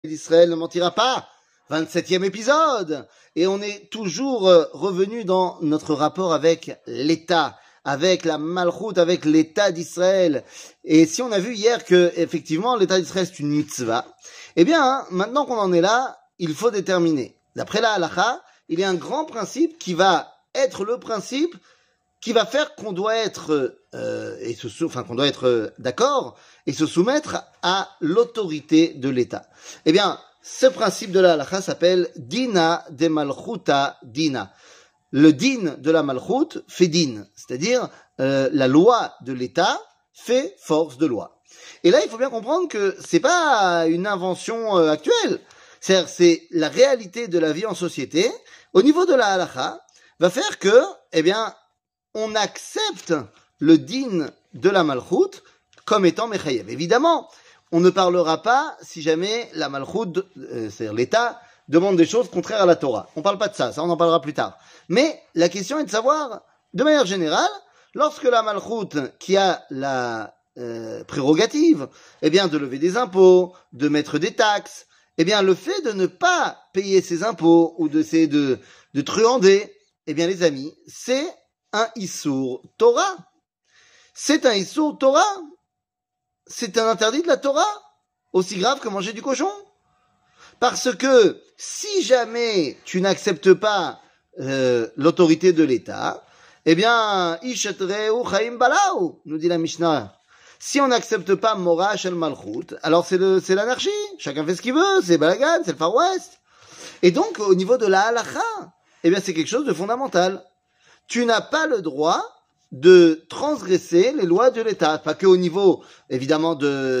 d'Israël ne mentira pas. 27e épisode. Et on est toujours revenu dans notre rapport avec l'État, avec la Malchout, avec l'État d'Israël. Et si on a vu hier que, effectivement, l'État d'Israël c'est une mitzvah, eh bien, maintenant qu'on en est là, il faut déterminer. D'après la halakha, il y a un grand principe qui va être le principe qui va faire qu'on doit être qu'on doit être d'accord et se soumettre à l'autorité de l'État. Eh bien, ce principe de la halakha s'appelle dina de malchuta dina. Le din de la malchut fait din, c'est-à-dire la loi de l'État fait force de loi. Et là, il faut bien comprendre que c'est pas une invention actuelle. C'est-à-dire, c'est la réalité de la vie en société. Au niveau de la halakha, va faire que, eh bien, on accepte le din de la malchout comme étant mechayev. Évidemment, on ne parlera pas si jamais la malchout, c'est-à-dire l'État, demande des choses contraires à la Torah. On parle pas de ça, ça on en parlera plus tard. Mais la question est de savoir, de manière générale, lorsque la malchout, qui a la prérogative, eh bien, de lever des impôts, de mettre des taxes, eh bien, le fait de ne pas payer ses impôts ou d'essayer de truander, eh bien, les amis, c'est un Issour Torah. C'est un Issour Torah. C'est un interdit de la Torah. Aussi grave que manger du cochon. Parce que si jamais tu n'acceptes pas l'autorité de l'État, eh bien, Ishetreu Chaim Balau, nous dit la Mishnah. Si on n'accepte pas Mora Shel Malchut, alors c'est l'anarchie. Chacun fait ce qu'il veut, c'est Balagan, c'est le Far West. Et donc, au niveau de la halakha, eh bien, c'est quelque chose de fondamental. Tu n'as pas le droit de transgresser les lois de l'État. Pas que au niveau, évidemment,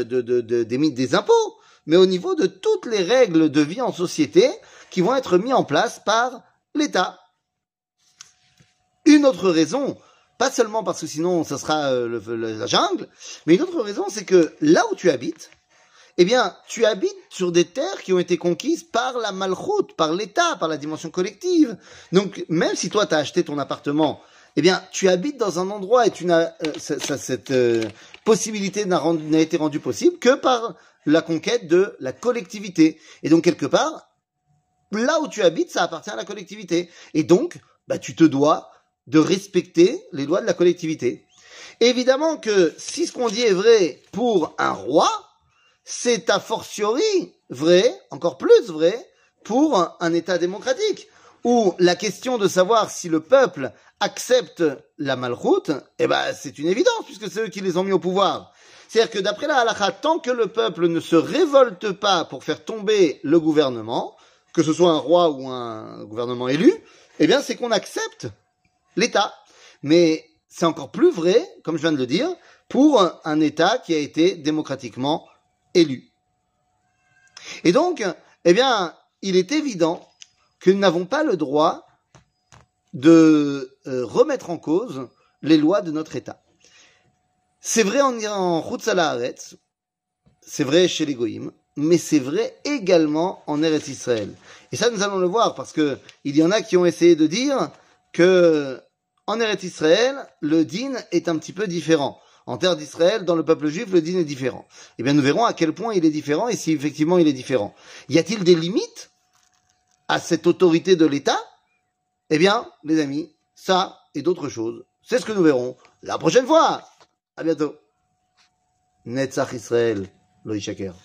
des impôts, mais au niveau de toutes les règles de vie en société qui vont être mises en place par l'État. Une autre raison, pas seulement parce que sinon ça sera la jungle, mais une autre raison, c'est que là où tu habites, eh bien, tu habites sur des terres qui ont été conquises par la malchoute, par l'État, par la dimension collective. Donc, même si toi, tu as acheté ton appartement, eh bien, tu habites dans un endroit et tu n'as cette possibilité n'a été rendue possible que par la conquête de la collectivité. Et donc, quelque part, là où tu habites, ça appartient à la collectivité. Et donc, bah, tu te dois de respecter les lois de la collectivité. Et évidemment que si ce qu'on dit est vrai pour un roi, c'est a fortiori vrai, encore plus vrai, pour un État démocratique, où la question de savoir si le peuple accepte la malchoute, eh ben, c'est une évidence, puisque c'est eux qui les ont mis au pouvoir. C'est-à-dire que d'après la halakha, tant que le peuple ne se révolte pas pour faire tomber le gouvernement, que ce soit un roi ou un gouvernement élu, eh bien, c'est qu'on accepte l'État. Mais c'est encore plus vrai, comme je viens de le dire, pour un État qui a été démocratiquement élu. Et donc, eh bien, il est évident que nous n'avons pas le droit de remettre en cause les lois de notre État. C'est vrai en Chutz Haaretz, c'est vrai chez les Goïm, mais c'est vrai également en Eretz Israël. Et ça, nous allons le voir, parce que il y en a qui ont essayé de dire que en Eretz Israël, le din est un petit peu différent. En terre d'Israël, dans le peuple juif, le din est différent. Eh bien, nous verrons à quel point il est différent et si effectivement il est différent. Y a-t-il des limites à cette autorité de l'État? Eh bien, les amis, ça et d'autres choses, c'est ce que nous verrons la prochaine fois. À bientôt. Netzach Israël, lo yishaker.